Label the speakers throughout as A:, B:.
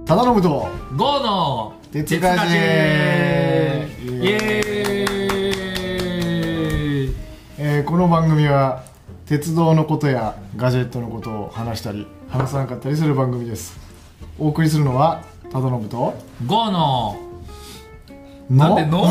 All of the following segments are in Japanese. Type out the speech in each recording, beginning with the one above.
A: 忠信と
B: ゴーの
A: 鉄ガジェ
B: イエーイ。
A: この番組は鉄道のことやガジェットのことを話したり話さなかったりする番組です。お送りするのは忠信と
B: ゴーの
A: の
B: なんでの
A: の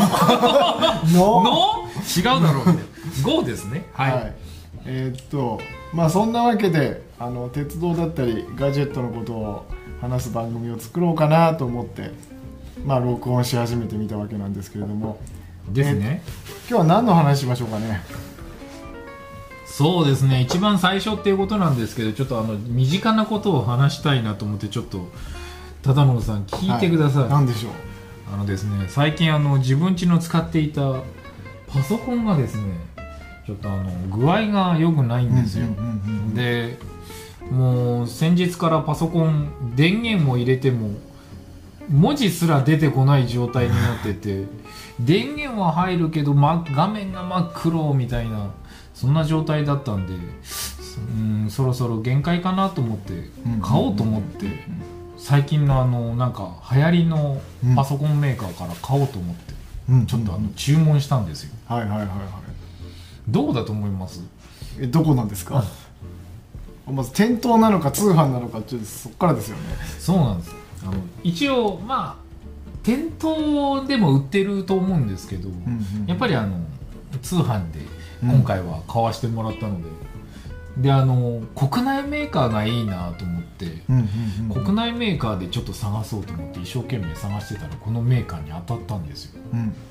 B: 違うだろうね。ゴーですね。はい、
A: はい、まあそんなわけで鉄道だったりガジェットのことを話す番組を作ろうかなと思ってまあ録音し始めてみたわけなんですけれども
B: ですね。
A: 今日は何の話しましょうかね。
B: そうですね、一番最初っていうことなんですけど、ちょっと身近なことを話したいなと思って、ちょっと忠信さん聞いてください。
A: 何でしょう。
B: ですね、最近自分家の使っていたパソコンがですね、ちょっと具合が良くないんですよ。でもう先日からパソコン電源も入れても文字すら出てこない状態になってて電源は入るけど、画面が真っ黒みたいな、そんな状態だったんで、そろそろ限界かなと思って買おうと思って、最近のなんか流行りのパソコンメーカーから買おうと思って、ちょっと注文したんですよ。
A: はいはいはいはい。
B: どうだと思います？
A: どこなんですか？まず店頭なのか通販なのか、ちょっとそっからですよね。
B: そうなんです。一応まあ店頭でも売ってると思うんですけど、やっぱり通販で今回は買わせてもらったので、国内メーカーがいいなと思って、国内メーカーでちょっと探そうと思って一生懸命探してたら、このメーカーに当たったんですよ。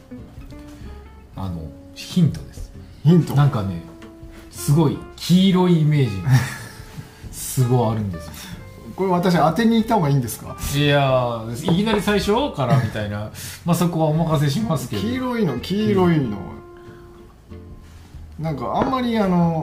B: ヒントです。
A: ヒント。
B: なんかね、すごい黄色いイメージがすごいあるんですよ。
A: これ私当てに行った方がいいんですか？
B: いやいきなり最初からみたいなまあそこはお任せしますけど。
A: 黄色いのなんかあんまり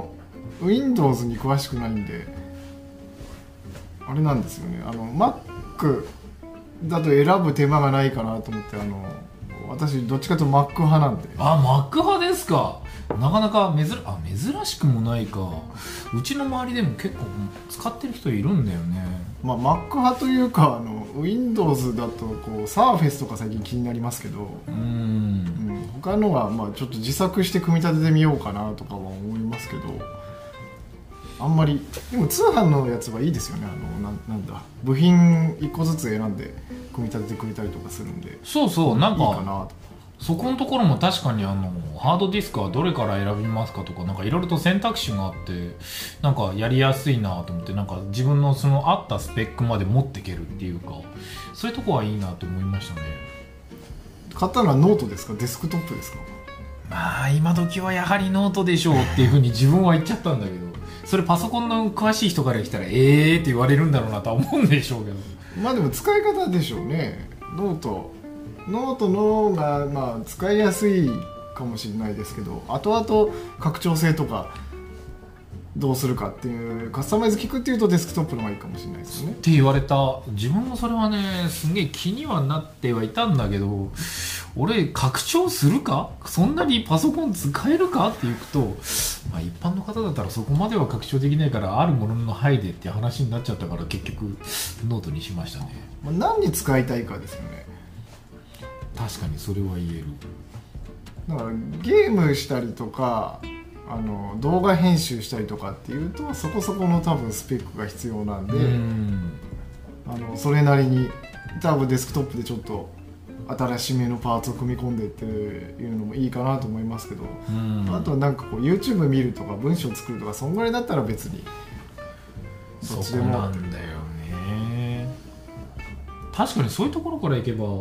A: Windows に詳しくないんであれなんですよね。Mac だと選ぶ手間がないかなと思って、私どっちかというと Mac 派なんで。
B: Mac 派ですか。なかなか珍しくもないか。うちの周りでも結構使ってる人いるんだよね。
A: まあ Mac 派というかWindows だとSurface とか最近気になりますけど、他のはまあちょっと自作して組み立ててみようかなとかは思いますけど、あんまりでも通販のやつはいいですよね。なんだ部品1個ずつ選んで組み立ててくれたりとかするんで、
B: そうなんか
A: いいかなと。
B: そこのところも確かにハードディスクはどれから選びますかとか、なんかいろいろと選択肢があって、なんかやりやすいなと思って、なんか自分のその合ったスペックまで持っていけるっていうか、そういうとこはいいなと思いましたね。
A: 買ったのはノートですか、デスクトップですか？
B: まあ今時はやはりノートでしょうっていうふうに自分は言っちゃったんだけど、それパソコンの詳しい人から来たらって言われるんだろうなとは思うんでしょうけど、
A: まあでも使い方でしょうね。ノートの方がまあ使いやすいかもしれないですけど、後々拡張性とかどうするかっていうカスタマイズ効くっていうとデスクトップの方がいいかもしれないですよね
B: って言われた。自分もそれはねすげえ気にはなってはいたんだけど、俺拡張するか、そんなにパソコン使えるかっていうと、まあ、一般の方だったらそこまでは拡張できないからあるものの範囲でって話になっちゃったから、結局ノートにしましたね。
A: まあ、何に使いたいかですよね。
B: 確かにそれは言える。
A: だからゲームしたりとか動画編集したりとかっていうとそこそこの多分スペックが必要なんで、それなりに多分デスクトップでちょっと新しめのパーツを組み込んでっていうのもいいかなと思いますけど、あとはなんかYouTube 見るとか文章作るとかそんぐらいだったら別に
B: そこなんだよね。確かにそういうところからいけば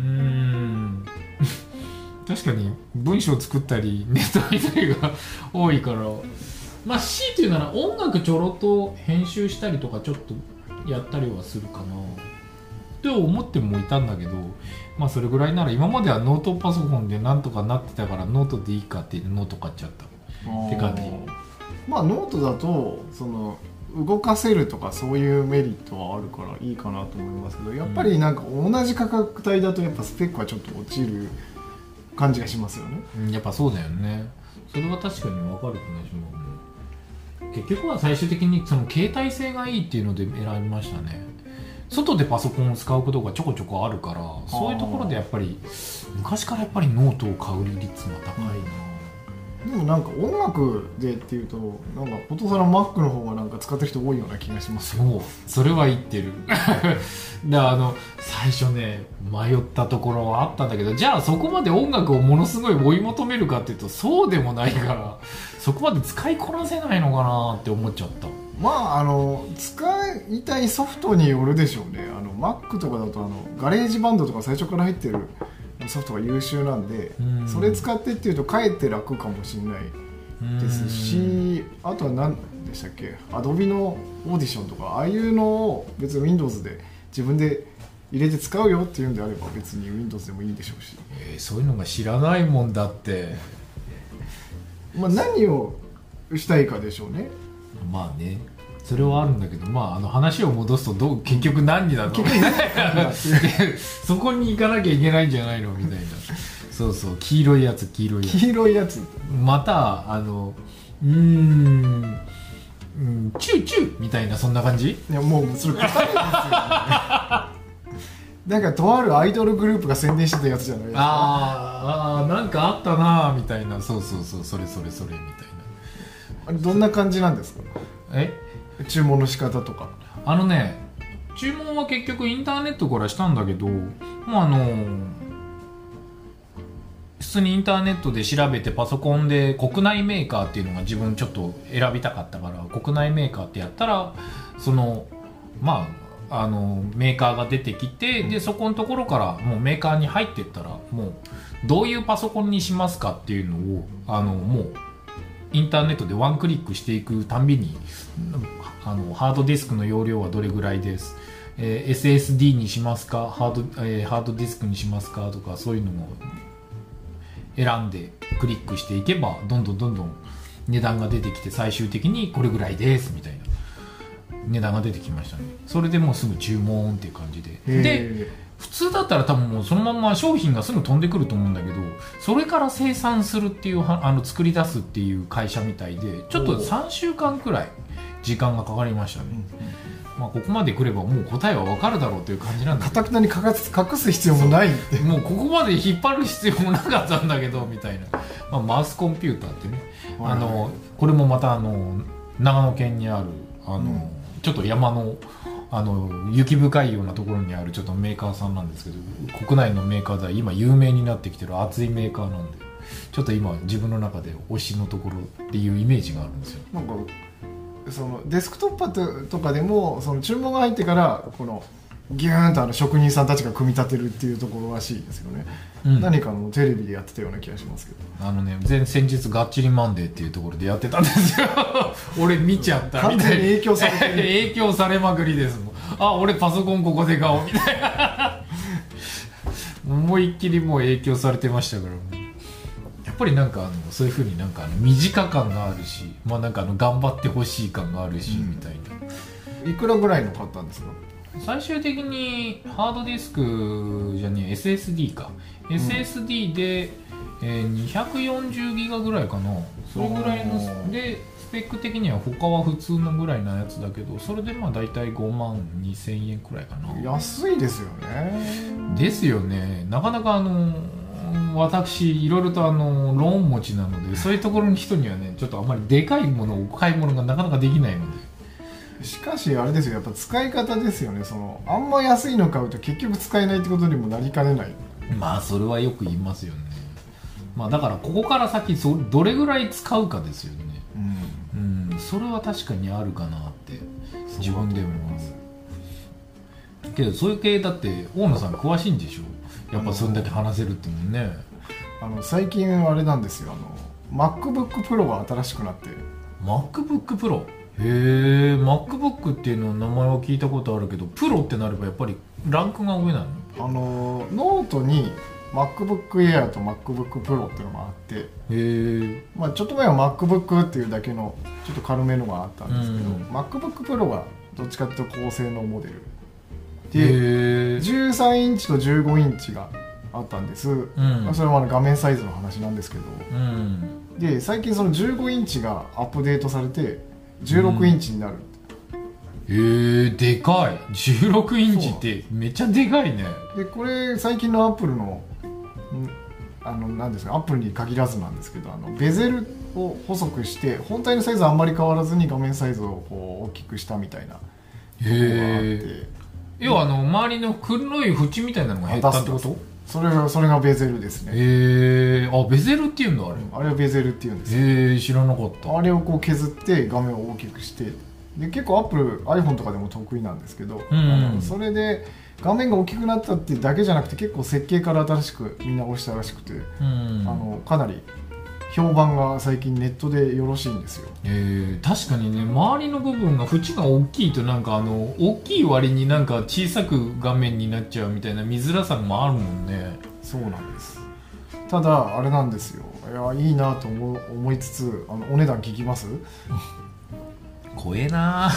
B: 確かに文章作ったりネット見たりが多いから、まあ C っていうなら音楽ちょろっと編集したりとかちょっとやったりはするかなって思ってもいたんだけど、まあそれぐらいなら、今まではノートパソコンでなんとかなってたからノートでいいかって言ってノート買っちゃったって感じ。
A: まあノートだと動かせるとかそういうメリットはあるからいいかなと思いますけど、やっぱりなんか同じ価格帯だとやっぱスペックはちょっと落ちる感じがしますよね。
B: やっぱそうだよね。それは確かに分かる気がしますね。結局は最終的にその携帯性がいいっていうので選びましたね。 外でパソコンを使うことがちょこちょこあるから、そういうところでやっぱり昔からやっぱりノートを買う率が高いな。
A: でもなんか音楽でっていうとなんかことさら Mac の方がなんか使ってる人多いような気がします。
B: そう、それは言ってるで最初ね迷ったところはあったんだけど、じゃあそこまで音楽をものすごい追い求めるかっていうとそうでもないから、そこまで使いこなせないのかなって思っちゃった。
A: まあ使いたいソフトによるでしょうね。Mac とかだとガレージバンドとか最初から入ってるソフトが優秀なんで、それ使ってっていうとかえって楽かもしれないですし、あとは何でしたっけ、Adobe のオーディションとかああいうのを別に Windows で自分で入れて使うよっていうんであれば別に Windows でもいいでしょうし、
B: そういうのが知らないもんだって。
A: まあ何をしたいかでしょうね。
B: まあね、それはあるんだけど、まあ、話を戻すと結局何になるのそこに行かなきゃいけないんじゃないのみたいな。そうそう、黄色いやつ
A: 黄色いやつ
B: またチューチューみたいな、そんな感じ。
A: いやもうそれ答えですよ、ね、なんかとあるアイドルグループが宣伝してたやつじゃないですか。
B: ああ、なんかあったなみたいな。そうそうそう、それみたいな。
A: あれどんな感じなんですか？注文の仕方とか。
B: 注文は結局インターネットからしたんだけど、もう普通にインターネットで調べてパソコンで国内メーカーっていうのが自分ちょっと選びたかったから、国内メーカーってやったらメーカーが出てきて、でそこのところからもうメーカーに入っていったら、もうどういうパソコンにしますかっていうのをもうインターネットでワンクリックしていくたんびにハードディスクの容量はどれぐらいです、SSD にしますか、ハードディスクにしますかとか、そういうのも選んでクリックしていけばどんどん値段が出てきて、最終的にこれぐらいですみたいな値段が出てきましたね。それでもうすぐ注文っていう感じで、普通だったら多分もうそのまま商品がすぐ飛んでくると思うんだけど、それから生産するっていう作り出すっていう会社みたいで、ちょっと3週間くらい時間がかかりましたね。ここまで来ればもう答えは分かるだろうという感じなんだけど、
A: 固くなに隠す必要もないって、
B: もうここまで引っ張る必要もなかったんだけどみたいな、マウスコンピューターってね、これもまた長野県にあるちょっと山の雪深いようなところにあるちょっとメーカーさんなんですけど、国内のメーカーでは今有名になってきてる熱いメーカーなんで、ちょっと今自分の中で推しのところっていうイメージがあるんですよ。
A: なんかそのデスクトップとかでもその注文が入ってからこのギューンと職人さんたちが組み立てるっていうところらしいですよね、何かのテレビでやってたような気がしますけど、
B: 先日がっちりマンデーっていうところでやってたんですよ俺見ちゃったみたいな、
A: 完全に影響されてる
B: 影響されまくりですもん。俺パソコンここで買おうみたいな思いっきりもう影響されてましたから、やっぱりなんかそういう風になんか短感があるし、なんか頑張ってほしい感があるし、みたいな。
A: いくらぐらいの買ったんですか？
B: 最終的にハードディスクじゃねえ SSD か、SSD で、240ギガぐらいかな、それぐらいので、スペック的には他は普通のぐらいなやつだけど、それで大体5万2000円くらいかな。
A: 安いですよね。
B: ですよね。なかなか私いろいろとローン持ちなので、そういうところの人にはね、ちょっとあんまりでかいものをお買い物がなかなかできないので。
A: しかしあれですよ、やっぱ使い方ですよね。あんま安いの買うと結局使えないってことにもなりかねない。
B: それはよく言いますよね。だからここから先どれぐらい使うかですよね。それは確かにあるかなって自分でも思いますけど、そういう系だって大野さん詳しいんでしょ、やっぱそれだけ話せるってもんね。
A: 最近あれなんですよ、MacBook Pro が新しくなって。
B: MacBook Pro、 へえ、MacBook っていうの名前は聞いたことあるけど、プロってなればやっぱりランクが上なの？
A: ノートに MacBook Air と MacBook Pro っていうのがあって、
B: へえ、
A: ちょっと前は MacBook っていうだけのちょっと軽めのがあったんですけど、MacBook Pro はどっちかっていうと高性能モデルで、13インチと15インチがあったんです、それも画面サイズの話なんですけど、で最近その15インチがアップデートされて16インチになる、
B: でかい。16インチってめっちゃでかいね。
A: でこれ最近のアップルのなんですか、アップルに限らずなんですけど、ベゼルを細くして本体のサイズはあんまり変わらずに画面サイズをこう大きくしたみたいな。
B: 要は周りの黒い縁みたいなのが減ったってこと？
A: それがベゼルですね。
B: ベゼルっていうんだ、あれ。
A: あれはベゼルっていうんですよ。
B: 知らなかった。
A: あれをこう削って画面を大きくして、で結構アップル iPhone とかでも得意なんですけど、それで画面が大きくなったっていうだけじゃなくて、結構設計から新しく見直したらしくて、かなり評判が最近ネットでよろしいんですよ。
B: 確かにね、周りの部分が縁が大きいとなんか大きい割になんか小さく画面になっちゃうみたいな見づらさもあるもんね。
A: そうなんです。ただあれなんですよ、いいなと思いつつ、お値段聞きます？
B: 怖えな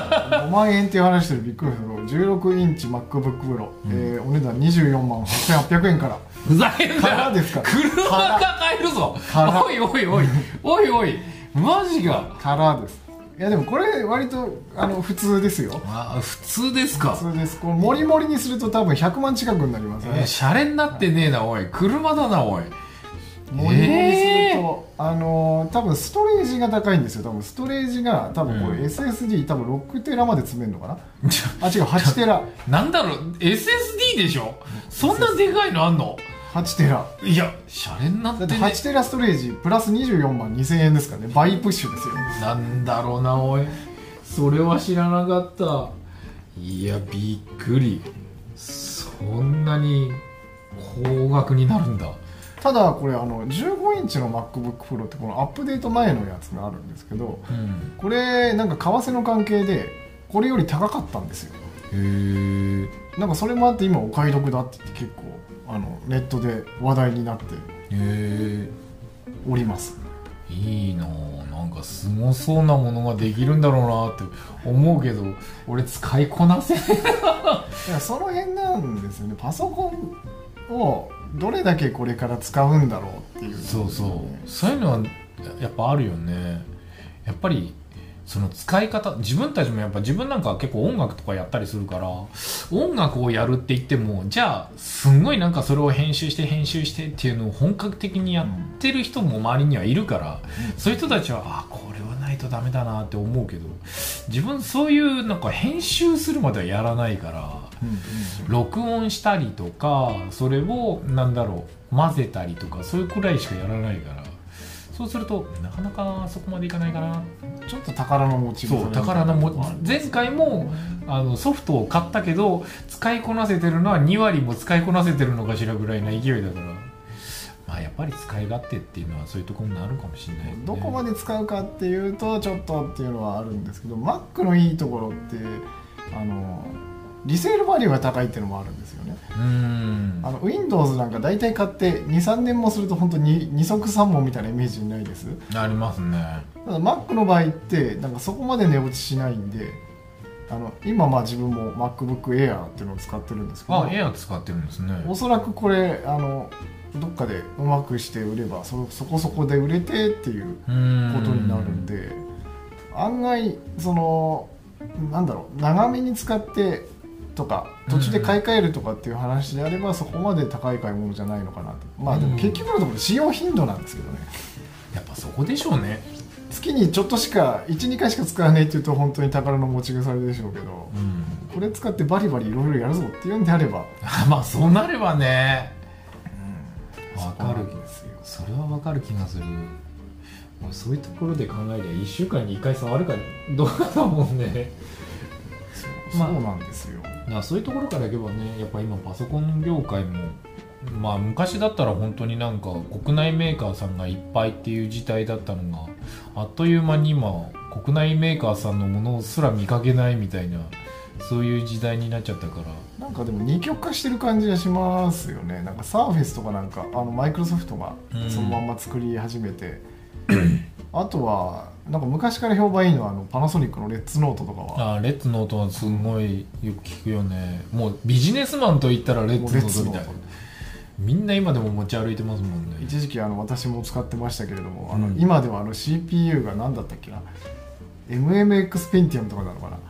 A: 5万円っていう話でびっくりするけど、16インチ MacBook Pro、お値段24万8800円から。
B: ふざけんなよ。
A: からですか？
B: 車が買えるぞ。おいおいおいおいおい、マジか。
A: からです。いやでもこれ割と普通ですよ。
B: 普通ですか？
A: 普通です。これモリモリにすると多分100万近くになりますね。
B: シャレになってねえな、おい。車だな、おい。
A: モリモリすると、多分ストレージが高いんですよ。多分ストレージが多分これ SSD 多分6テラまで詰めるのかな。違う、8テラ。
B: なんだろう、 SSD でしょ。そんなでかいのあんの
A: ？8テラ。
B: いや、シャレになってね。
A: だって8テラストレージプラス24万2000円ですからね。倍プッシュですよ。
B: なんだろうな、おい。それは知らなかった。いや、びっくり。そんなに高額になるんだ。
A: ただこれ15インチの MacBook Pro ってこのアップデート前のやつがあるんですけど、これなんか為替の関係でこれより高かったんですよ。なんかそれもあって今お買い得だって言って結構ネットで話題になっております。
B: いいなぁ、なんかすごそうなものができるんだろうなって思うけど、俺使いこなせない。
A: いや、その辺なんですよね。パソコンをどれだけこれから使うんだろうっていう、ね、
B: そういうのはやっぱあるよね。やっぱりその使い方、自分たちもやっぱ自分なんかは結構音楽とかやったりするから、音楽をやるって言っても、じゃあすんごいなんかそれを編集してっていうのを本格的にやってる人も周りにはいるから、そういう人たちはこれはないとダメだなって思うけど、自分そういうなんか編集するまではやらないから、録音したりとか、それをなんだろう、混ぜたりとか、そういうくらいしかやらないから、そうするとなかなかそこまでいかないかな。
A: ちょっと宝の持ち。
B: そう宝の持ち。前回もソフトを買ったけど使いこなせてるのは2割も使いこなせてるのかしらぐらいな勢いだから、まあやっぱり使い勝手っていうのはそういうところになるかもしれない、ね、
A: どこまで使うかっていうとちょっとっていうのはあるんですけど、 Mac のいいところってリセールバリューが高いっていうのもあるんですよね。Windows なんか大体買って 2,3 年もすると本当に二足三門みたいなイメージないです？
B: ありますね。
A: ただ Mac の場合ってなんかそこまで値落ちしないんで、今自分も MacBook Air っていうのを使ってるんですけど、
B: Air 使ってるんですね。
A: おそらくこれどっかでうまくして売ればそこそこで売れてっていうことになるんで、案外なんだろう、長めに使ってとか途中で買い替えるとかっていう話であれば、そこまで高い買い物じゃないのかなと。まあでも結局のところ使用頻度なんですけどね。
B: やっぱそこでしょうね。
A: 月にちょっとしか 1,2 回しか使わないっていうと本当に宝の持ち腐れでしょうけど、これ使ってバリバリいろいろやるぞっていうんであれば
B: まあそうなればね、
A: わかるんですよ。
B: それはわかる気がする。そういうところで考えりゃ1週間に1回触るかどうかだもんね。
A: そうなんですよ。
B: そういうところからいけばね、やっぱ今パソコン業界も、まあ昔だったら本当になんか国内メーカーさんがいっぱいっていう時代だったのが、あっという間に今国内メーカーさんのものすら見かけないみたいな、そういう時代になっちゃったから、
A: なんかでも二極化してる感じがしますよね。なんかサーフェスとかなんかマイクロソフトがそのまんま作り始めて、あとはなんか昔から評判いいのはパナソニックのレッツノートとかは。
B: レッツノートはすごいよく聞くよね。もうビジネスマンと言ったらレッツノートみたいな、みんな今でも持ち歩いてますもんね。
A: 一時期私も使ってましたけれども、今ではCPU が何だったっけな、MMX ペンティアムとかなのかな、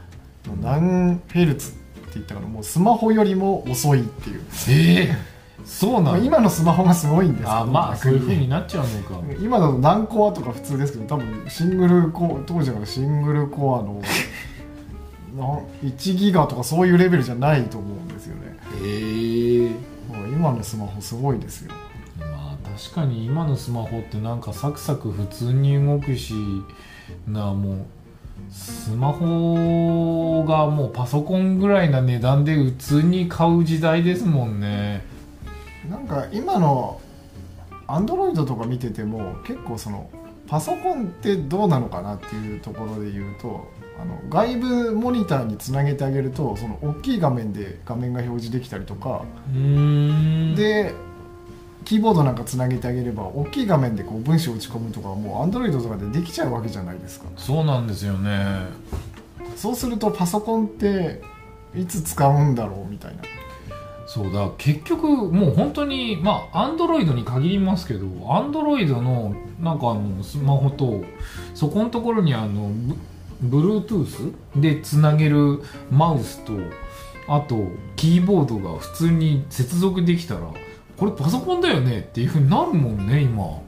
A: 何ヘルツって言ったかな、もうスマホよりも遅いっていう。
B: そうなの。
A: 今のスマホがすごいんですけど、
B: まあそういう風になっちゃうのか。
A: 今だと何コアとか普通ですけど、多分シングルコア、当時からシングルコアの1ギガとかそういうレベルじゃないと思うんですよね。今のスマホすごいですよ。
B: まあ確かに今のスマホってなんかサクサク普通に動くしもうスマホがもうパソコンぐらいな値段で普通に買う時代ですもんね。
A: なんか今のアンドロイドとか見てても結構そのパソコンってどうなのかなっていうところで言うと、外部モニターにつなげてあげるとその大きい画面で画面が表示できたりとかで、キーボードなんかつなげてあげれば大きい画面でこう文章を打ち込むとかもう Android とかでできちゃうわけじゃないですか。
B: そうなんですよね。
A: そうするとパソコンっていつ使うんだろうみたいな。
B: そうだ、結局もう本当にAndroid に限りますけど、Android のなんかスマホとそこのところにBluetooth でつなげるマウスとあとキーボードが普通に接続できたらこれパソコンだよねっていう風になるもんね今。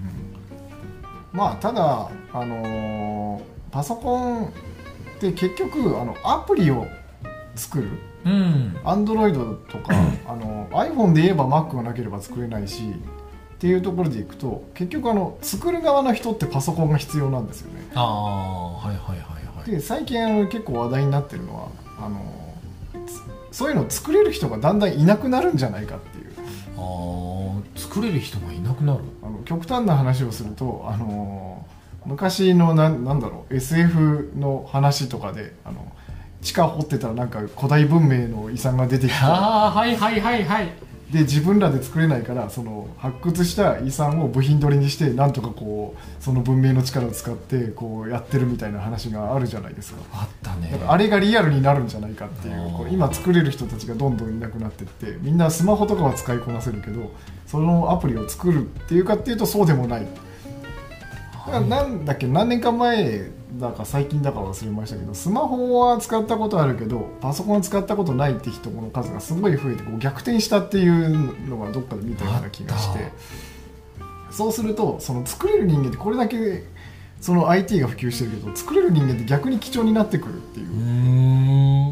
A: ただパソコンって結局アプリを作る、Android とかiPhone で言えば Mac がなければ作れないしっていうところでいくと結局作る側の人ってパソコンが必要なんですよね。で最近結構話題になってるのはそういうのを作れる人がだんだんいなくなるんじゃないかっていう。
B: 作れる人がいなくなる。
A: 極端な話をすると昔のなんだろう SF の話とかで地下掘ってたらなんか古代文明の遺産が出てきて、で自分らで作れないからその発掘した遺産を部品取りにしてなんとかこうその文明の力を使ってこうやってるみたいな話があるじゃないですか。
B: あったね。
A: だからあれがリアルになるんじゃないかっていう、今作れる人たちがどんどんいなくなっていってみんなスマホとかは使いこなせるけどそのアプリを作るっていうかっていうとそうでもない。なんだっけ何年か前だか最近だか忘れましたけどスマホは使ったことあるけどパソコン使ったことないって人の数がすごい増えてこう逆転したっていうのがどっかで見たような気がして、そうするとその作れる人間ってこれだけその IT が普及してるけど作れる人間って逆に貴重になってくるっていう、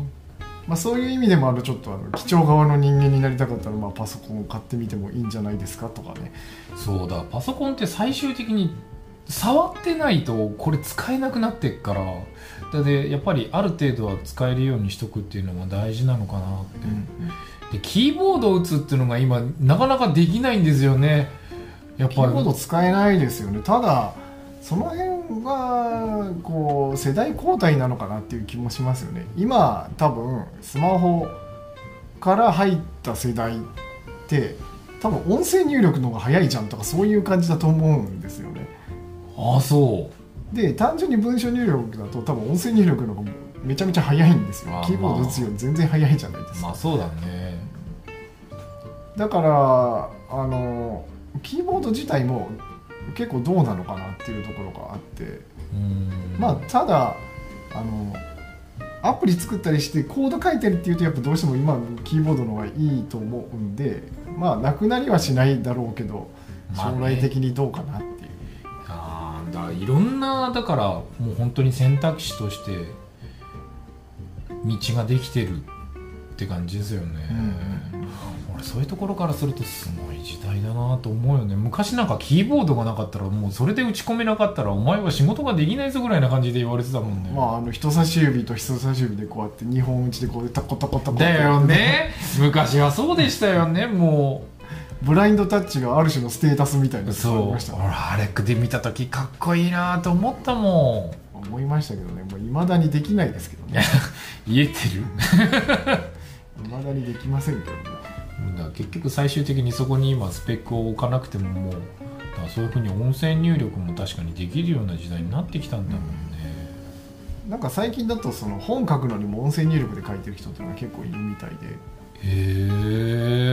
A: そういう意味でもちょっと貴重側の人間になりたかったらパソコンを買ってみてもいいんじゃないですかとかね。
B: そうだ、パソコンって最終的に触ってないとこれ使えなくなってっからでやっぱりある程度は使えるようにしとくっていうのが大事なのかなって、でキーボードを打つっていうのが今なかなかできないんですよね。やっぱり
A: キーボード使えないですよね。ただその辺がこう世代交代なのかなっていう気もしますよね。今多分スマホから入った世代って多分音声入力の方が早いじゃんとかそういう感じだと思うんですよね。
B: そう
A: で単純に文章入力だと多分音声入力の方がめちゃめちゃ早いんですよ。キーボード打つより全然早いじゃないですか。
B: そうだね。
A: だからキーボード自体も結構どうなのかなっていうところがあって、ただアプリ作ったりしてコード書いてるっていうとやっぱどうしても今のキーボードの方がいいと思うんでなくなりはしないだろうけど将来的にどうかなっていう。
B: いろんなだからもう本当に選択肢として道ができてるって感じですよね。俺そういうところからするとすごい時代だなと思うよね。昔なんかキーボードがなかったらもうそれで打ち込めなかったらお前は仕事ができないぞぐらいな感じで言われてたもんね。
A: 人差し指と人差し指でこうやって2本打ちでこうタコタコタコ
B: だよね。昔はそうでしたよね。もう
A: ブラインドタッチがある種のステータスみたいな
B: そう、あれで見た時かっこいいなと思ったも
A: ん。思いましたけどね。もう未だにできないですけどね。
B: 言えてる
A: 未だにできませんけどね。
B: 結局最終的にそこに今スペックを置かなくてももうそういう風に音声入力も確かにできるような時代になってきたんだもんね。
A: なんか最近だとその本書くのにも音声入力で書いてる人っていうのが結構いるみたいで。
B: へえ。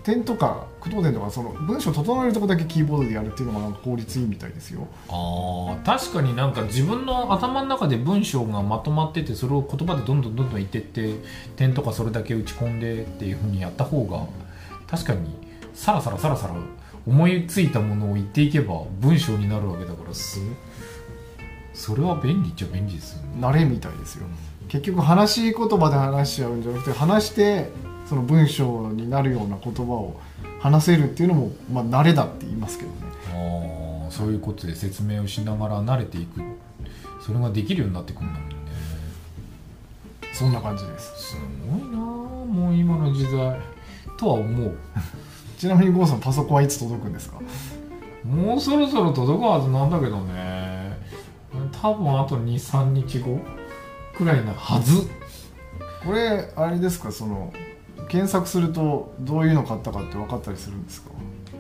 A: 点とか句読点とかその文章を整えるとこだけキーボードでやるっていうのがなんか効率いいみたいですよ。
B: 確かになんか自分の頭の中で文章がまとまっててそれを言葉でどんどん言ってって点とかそれだけ打ち込んでっていう風にやった方が確かにさらさら思いついたものを言っていけば文章になるわけだからそれは便利っちゃ便利ですよね。
A: 慣れみたいですよ。結局話し言葉で話しちゃうんじゃなくて話してその文章になるような言葉を話せるっていうのも、まあ、慣れだって言いますけどね。
B: そういうことで説明をしながら慣れていくそれができるようになってくるんだもんね。
A: そんな感じです。
B: すごいなもう今の時代とは思う
A: ちなみに郷さんパソコンはいつ届くんですか？
B: もうそろそろ届くはずなんだけどね多分あと 2,3 日後くらいなはず。
A: これあれですかその検索するとどういうの買ったかって分かったりするんですか？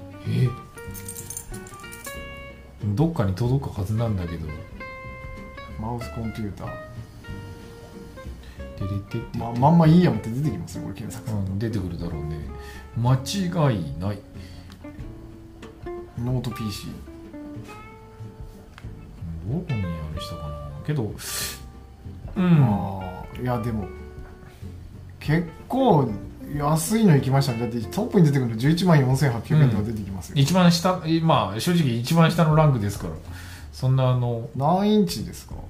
B: どっかに届くはずなんだけど
A: マウスコンピューター
B: て
A: まんまいいやんって出てきますよこれ検索すると、
B: 出てくるだろうね間違いない。
A: ノート PC
B: どこにあれしたかなけど
A: いやでも結構安いのいきましたね。だってトップに出てくるの14,800円とか出てきますよ、
B: 一番下まあ正直一番下のランクですからそんな
A: 何インチですか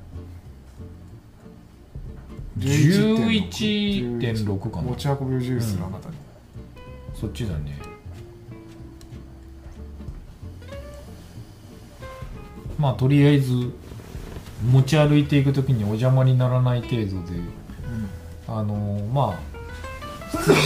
B: ？11.6 かな。
A: 持ち運びを重視するあなたに、
B: そっちだね。まあとりあえず持ち歩いていくときにお邪魔にならない程度で、まあ普通に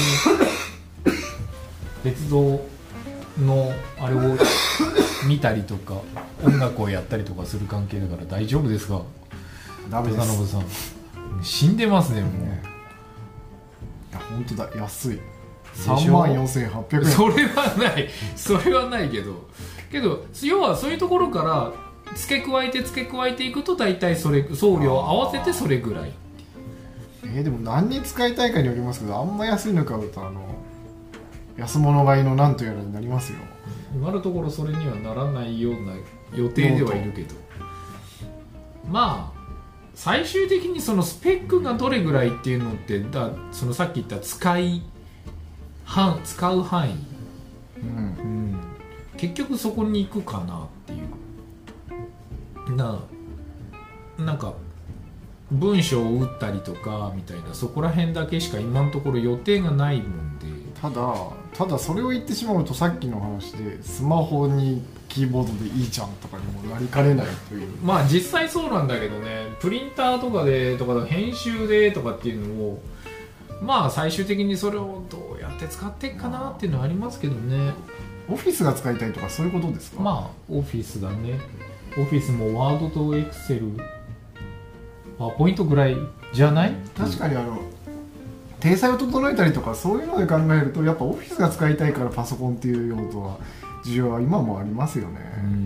B: 鉄道のあれを見たりとか音楽をやったりとかする関係だから大丈夫ですが、
A: ダメです。
B: 信さん死んでますねもう。
A: いや本当だ安い34,800円。
B: それはないけど要はそういうところから付け加えていくと大体それ送料合わせてそれぐらい。
A: でも何に使いたいかによりますけどあんま安いの買うと安物買いのなんとやらになりますよ。
B: 今のところそれにはならないような予定ではいるけどまあ最終的にそのスペックがどれぐらいっていうのってそのさっき言った使う範囲、結局そこに行くかなっていうなんか文章を打ったりとかみたいなそこら辺だけしか今のところ予定がないもんで。
A: ただそれを言ってしまうとさっきの話でスマホにキーボードでいいじゃんとかにもなりかねないという。
B: まあ実際そうなんだけどねプリンターとかでとか編集でとかっていうのをまあ最終的にそれをどうやって使っていくかなっていうのはありますけどね。
A: オフィスが使いたいとかそういうことですか？
B: まあオフィスだね。オフィスもワードとエクセルパワーポイントぐらいじゃない？
A: 確かに体裁を整えたりとかそういうので考えるとやっぱオフィスが使いたいからパソコンっていう用途は需要は今もありますよね。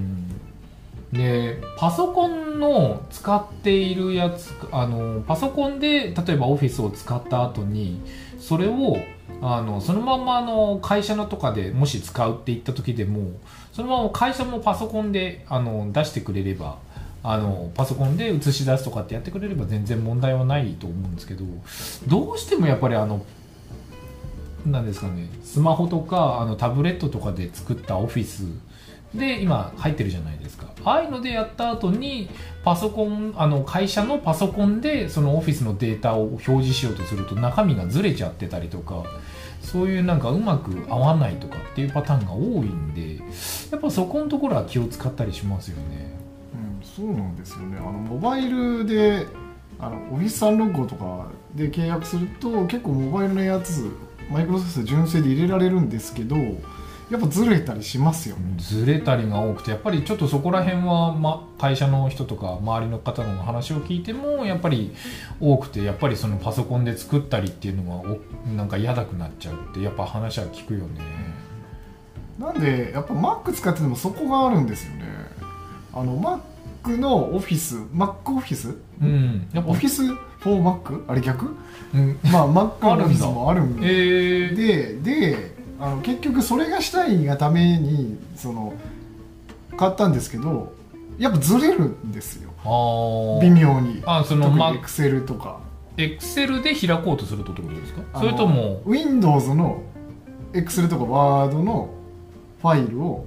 B: でパソコンの使っているやつパソコンで例えばオフィスを使った後にそれをそのまま会社のとかでもし使うっていった時でもそのまま会社もパソコンで出してくれればパソコンで映し出すとかってやってくれれば全然問題はないと思うんですけどどうしてもやっぱりなんですかねスマホとかタブレットとかで作ったオフィスで今入ってるじゃないですか。ああいうのでやった後にパソコン会社のパソコンでそのオフィスのデータを表示しようとすると中身がずれちゃってたりとかそういうなんかうまく合わないとかっていうパターンが多いんでやっぱそこのところは気を使ったりしますよね。
A: そうなんですよね。モバイルでオフィス365とかで契約すると結構モバイルのやつマイクロソフト純正で入れられるんですけどやっぱずれたりしますよね。
B: ずれたりが多くてやっぱりちょっとそこら辺は、会社の人とか周りの方の話を聞いてもやっぱり多くてやっぱりそのパソコンで作ったりっていうのがなんか嫌だくなっちゃうってやっぱ話は聞くよね。
A: なんでやっぱ Mac 使っててもそこがあるんですよね。Mac のオフィス Mac オフィス、やっぱオフィス 4Mac あれ逆、Mac のオフィスもあるんで、 結局それがしたいがために買ったんですけど、やっぱずれるんですよ、微妙に。
B: その
A: 特に Excel とか
B: Excel で開こうとするとってことですか？それとも
A: Windows の Excel とか Word のファイルを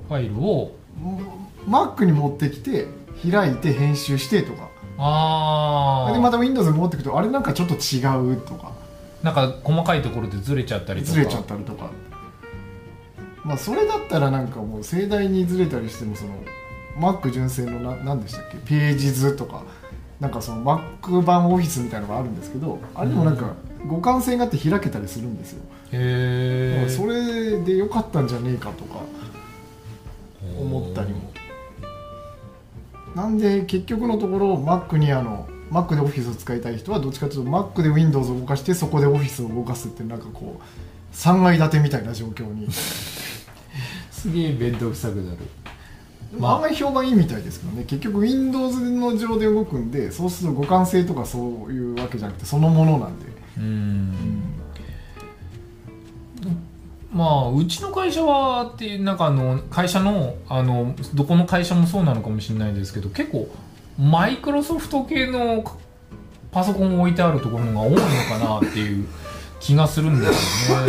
A: Mac に持ってきて開いて編集してとか、でまた Windows に持ってくとあれなんかちょっと違うとか、
B: なんか細かいところでずれちゃったりとか、
A: まあそれだったらなんかもう盛大にずれたりしてもMac 純正の何でしたっけ、ページ図とかなんかMac 版オフィスみたいなのがあるんですけど、あれでもなんか互換性があって開けたりするんですよ。へえ。それで良かったんじゃねえかとか思ったりも。なんで結局のところ Mac にMac でオフィスを使いたい人はどっちかというと Mac で Windows を動かしてそこでオフィスを動かすってなんかこう3階建てみたいな状況に
B: すげえ面倒くさくなる。
A: あんまり評判いいみたいですけどね。結局 Windows の上で動くんで、そうすると互換性とかそういうわけじゃなくてそのものなんで。
B: まあうちの会社はっていうなんか会社のどこの会社もそうなのかもしれないですけど、結構マイクロソフト系のパソコンを置いてあるところが多いのかなっていう気がするんですよね。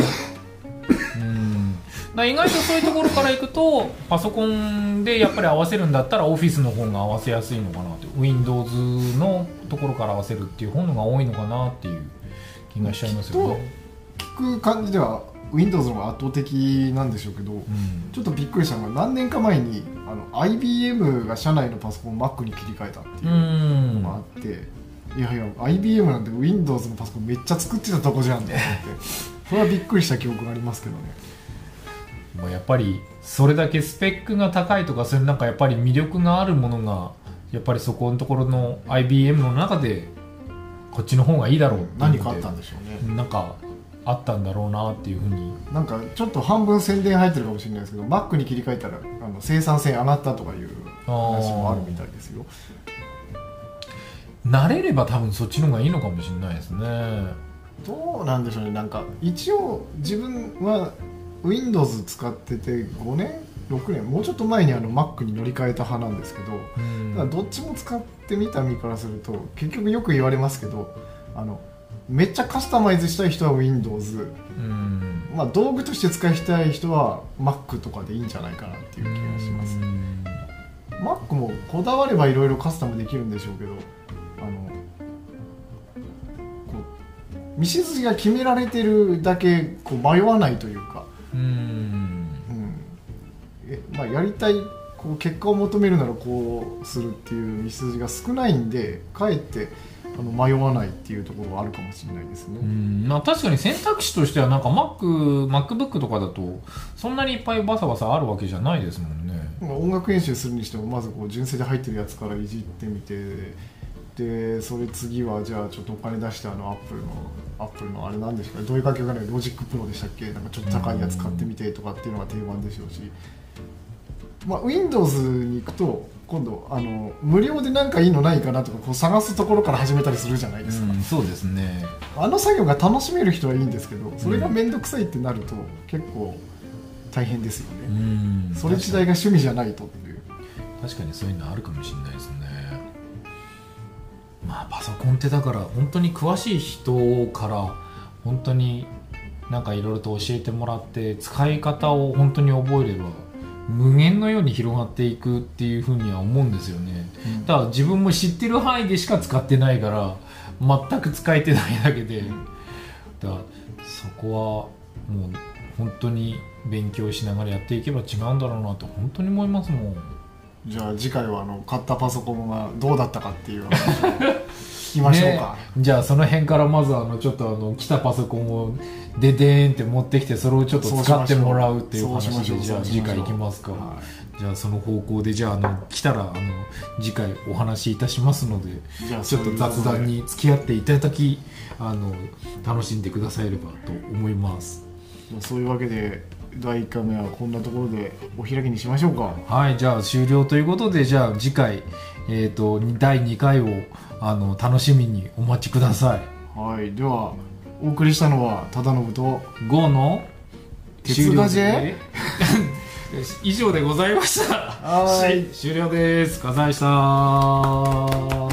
B: 意外とそういうところからいくとパソコンでやっぱり合わせるんだったらオフィスの方が合わせやすいのかなって、 Windows のところから合わせるっていう方のが多いのかなっていう気がしちゃいますよね。
A: 聞く感じでは Windows の方が圧倒的なんでしょうけど、ちょっとびっくりしたのが何年か前にIBM が社内のパソコンを Mac に切り替えたっていうのがあって、いやいや IBM なんて Windows のパソコンめっちゃ作ってたとこじゃんって思ってそれはびっくりした記憶がありますけどね。
B: やっぱりそれだけスペックが高いとか、それなんかやっぱり魅力があるものがやっぱりそこのところの IBM の中でこっちの方がいいだろうって
A: 何かあったんでしょうね。
B: なんかあったんだろうなっていうふうに、なん
A: かちょっと半分宣伝入ってるかもしれないですけど Mac に切り替えたら生産性上がったとかいう話もあるみたいですよ。
B: 慣れれば多分そっちの方がいいのかもしれないですね。
A: どうなんでしょうね。なんか一応自分はWindows 使ってて5年6年もうちょっと前にMac に乗り換えた派なんですけど、だからどっちも使ってみた身からすると結局よく言われますけどめっちゃカスタマイズしたい人は Windows、まあ、道具として使いたい人は Mac とかでいいんじゃないかなっていう気がします。Mac もこだわればいろいろカスタムできるんでしょうけど道筋が決められてるだけこう迷わないというか、まあ、やりたいこう結果を求めるならこうするっていう道筋が少ないんでかえって迷わないっていうところはあるかもしれないですね。
B: まあ、確かに選択肢としてはなんか MacBook とかだとそんなにいっぱいバサバサあるわけじじゃないですもんね。
A: 音楽編集するにしてもまずこう純正で入ってるやつからいじってみて、でそれ次はじゃあちょっとお金出してアップルのあれなんですかね、どういう楽曲がね、ロジックプロでしたっけ、なんかちょっと高いやつ買ってみてとかっていうのが定番でしょうし、まあ、Windows に行くと今度無料でなんかいいのないかなとかこう探すところから始めたりするじゃないですか。
B: そうですね。
A: 作業が楽しめる人はいいんですけど、それが面倒くさいってなると結構大変ですよね。それ自体が趣味じゃないとっていう。
B: 確かにそういうのあるかもしれないですね。まあパソコンってだから本当に詳しい人から本当になんかいろいろと教えてもらって使い方を本当に覚えれば無限のように広がっていくっていうふうには思うんですよね。だから自分も知ってる範囲でしか使ってないから全く使えてないだけで、だからそこはもう本当に勉強しながらやっていけば違うんだろうなと本当に思いますもん。
A: じゃあ次回は買ったパソコンがどうだったかっていう話を聞きましょうか。
B: じゃあその辺からまずちょっと来たパソコンをでーんって持ってきてそれをちょっと使ってもらうっていう話で、じゃあ次回いきますか。じゃあその方向でじゃあ来たら次回お話しいたしますので、ちょっと雑談に付き合っていただき楽しんでくださえればと思います。
A: そういうわけで第1回目はこんなところでお開きにしましょうか。
B: はい、じゃあ終了ということで、じゃあ次回、第2回を楽しみにお待ちください。
A: はい、ではお送りしたのは忠信と
B: 郷の
A: 鉄ガジェ
B: 以上でございました。
A: はい
B: 終了です。ガザイした。